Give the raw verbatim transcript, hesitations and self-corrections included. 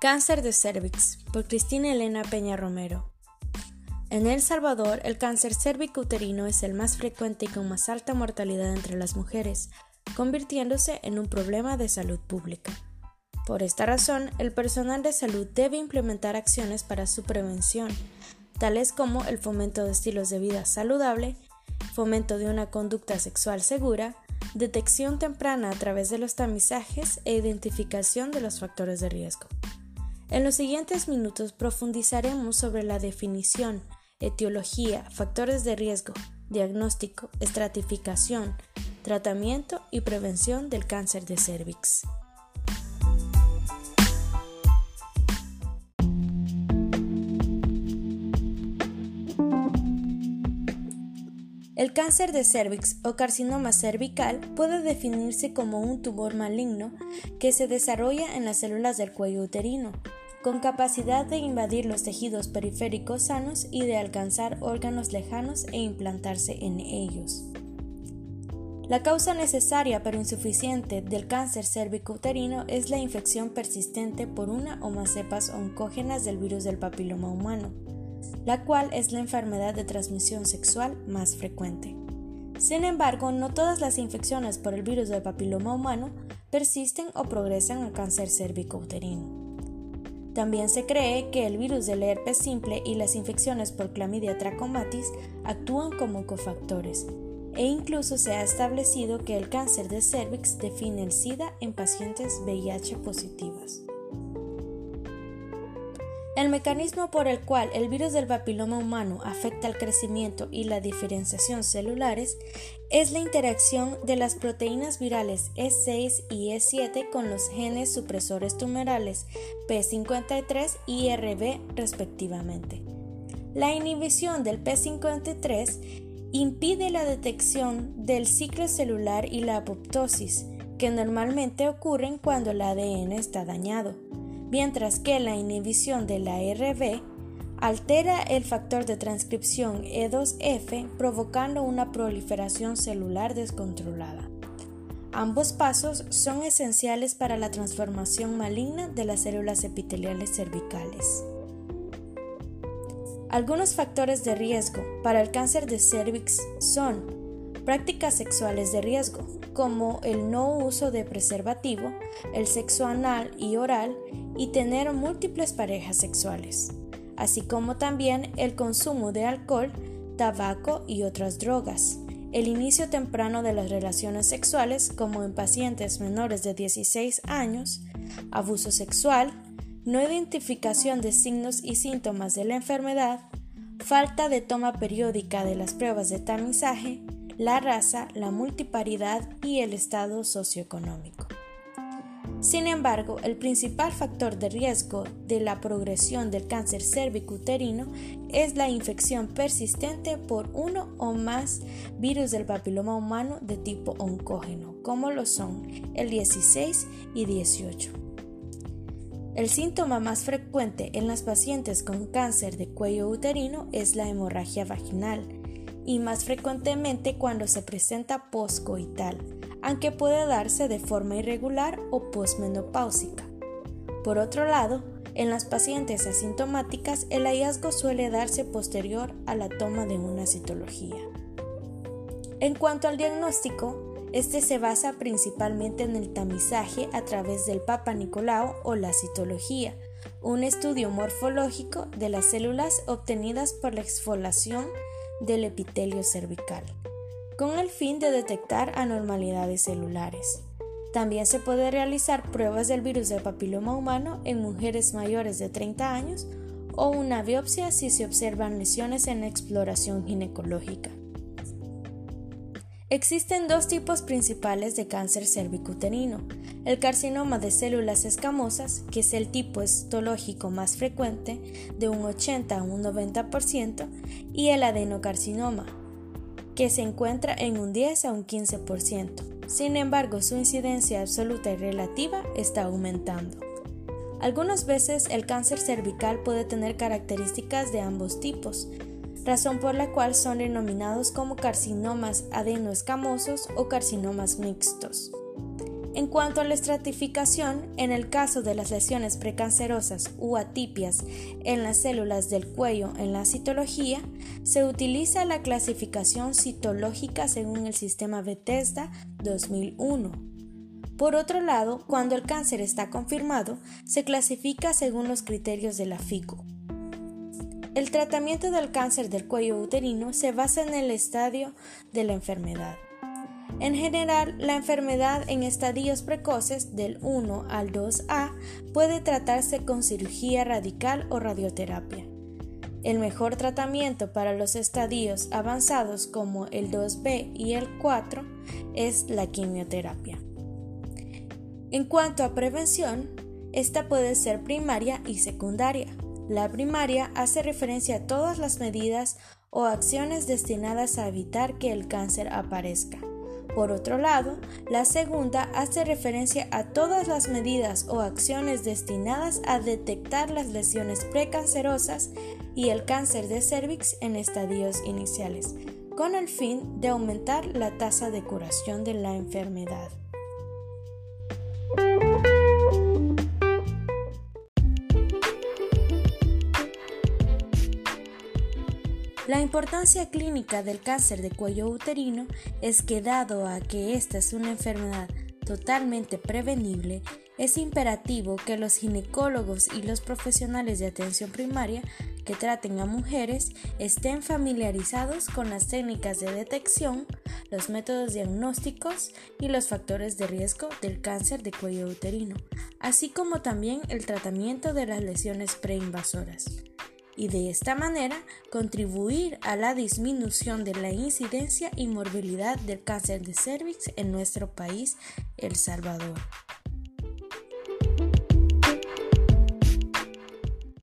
Cáncer de cérvix, por Cristina Elena Peña Romero. En El Salvador, el cáncer cérvico-uterino es el más frecuente y con más alta mortalidad entre las mujeres, convirtiéndose en un problema de salud pública. Por esta razón, el personal de salud debe implementar acciones para su prevención, tales como el fomento de estilos de vida saludable, fomento de una conducta sexual segura, detección temprana a través de los tamizajes e identificación de los factores de riesgo. En los siguientes minutos profundizaremos sobre la definición, etiología, factores de riesgo, diagnóstico, estratificación, tratamiento y prevención del cáncer de cérvix. El cáncer de cérvix o carcinoma cervical puede definirse como un tumor maligno que se desarrolla en las células del cuello uterino, con capacidad de invadir los tejidos periféricos sanos y de alcanzar órganos lejanos e implantarse en ellos. La causa necesaria pero insuficiente del cáncer cérvico-uterino es la infección persistente por una o más cepas oncógenas del virus del papiloma humano, la cual es la enfermedad de transmisión sexual más frecuente. Sin embargo, no todas las infecciones por el virus del papiloma humano persisten o progresan a cáncer cérvico-uterino. También se cree que el virus del herpes simple y las infecciones por Clamidia trachomatis actúan como cofactores, e incluso se ha establecido que el cáncer de cérvix define el SIDA en pacientes V I H positivas. El mecanismo por el cual el virus del papiloma humano afecta el crecimiento y la diferenciación celulares es la interacción de las proteínas virales E seis y E siete con los genes supresores tumorales P cincuenta y tres y R B respectivamente. La inhibición del P cincuenta y tres impide la detección del ciclo celular y la apoptosis, que normalmente ocurren cuando el A D N está dañado, mientras que la inhibición de la R B altera el factor de transcripción E dos F, provocando una proliferación celular descontrolada. Ambos pasos son esenciales para la transformación maligna de las células epiteliales cervicales. Algunos factores de riesgo para el cáncer de cérvix son prácticas sexuales de riesgo, como el no uso de preservativo, el sexo anal y oral y tener múltiples parejas sexuales, así como también el consumo de alcohol, tabaco y otras drogas, el inicio temprano de las relaciones sexuales como en pacientes menores de dieciséis años, abuso sexual, no identificación de signos y síntomas de la enfermedad, falta de toma periódica de las pruebas de tamizaje, la raza, la multiparidad y el estado socioeconómico. Sin embargo, el principal factor de riesgo de la progresión del cáncer cérvico-uterino es la infección persistente por uno o más virus del papiloma humano de tipo oncógeno, como lo son el dieciséis y dieciocho. El síntoma más frecuente en las pacientes con cáncer de cuello uterino es la hemorragia vaginal, y más frecuentemente cuando se presenta poscoital, aunque puede darse de forma irregular o posmenopáusica. Por otro lado, en las pacientes asintomáticas el hallazgo suele darse posterior a la toma de una citología. En cuanto al diagnóstico, este se basa principalmente en el tamizaje a través del Papa Nicolau o la citología, un estudio morfológico de las células obtenidas por la exfoliación del epitelio cervical, con el fin de detectar anormalidades celulares. También se puede realizar pruebas del virus del papiloma humano en mujeres mayores de treinta años o una biopsia si se observan lesiones en la exploración ginecológica. Existen dos tipos principales de cáncer cérvico-uterino: el carcinoma de células escamosas, que es el tipo histológico más frecuente, de un ochenta a un noventa por ciento, y el adenocarcinoma, que se encuentra en un diez a un quince por ciento. Sin embargo, su incidencia absoluta y relativa está aumentando. Algunas veces el cáncer cervical puede tener características de ambos tipos, razón por la cual son denominados como carcinomas adenoescamosos o carcinomas mixtos. En cuanto a la estratificación, en el caso de las lesiones precancerosas u atipias en las células del cuello en la citología, se utiliza la clasificación citológica según el sistema Bethesda dos mil uno. Por otro lado, cuando el cáncer está confirmado, se clasifica según los criterios de la FICO. El tratamiento del cáncer del cuello uterino se basa en el estadio de la enfermedad. En general, la enfermedad en estadios precoces del uno al dos A puede tratarse con cirugía radical o radioterapia. El mejor tratamiento para los estadios avanzados como el dos B y el cuatro es la quimioterapia. En cuanto a prevención, esta puede ser primaria y secundaria. La primaria hace referencia a todas las medidas o acciones destinadas a evitar que el cáncer aparezca. Por otro lado, la segunda hace referencia a todas las medidas o acciones destinadas a detectar las lesiones precancerosas y el cáncer de cérvix en estadios iniciales, con el fin de aumentar la tasa de curación de la enfermedad. La importancia clínica del cáncer de cuello uterino es que, dado a que esta es una enfermedad totalmente prevenible, es imperativo que los ginecólogos y los profesionales de atención primaria que traten a mujeres estén familiarizados con las técnicas de detección, los métodos diagnósticos y los factores de riesgo del cáncer de cuello uterino, así como también el tratamiento de las lesiones preinvasoras, y de esta manera contribuir a la disminución de la incidencia y morbilidad del cáncer de cérvix en nuestro país, El Salvador.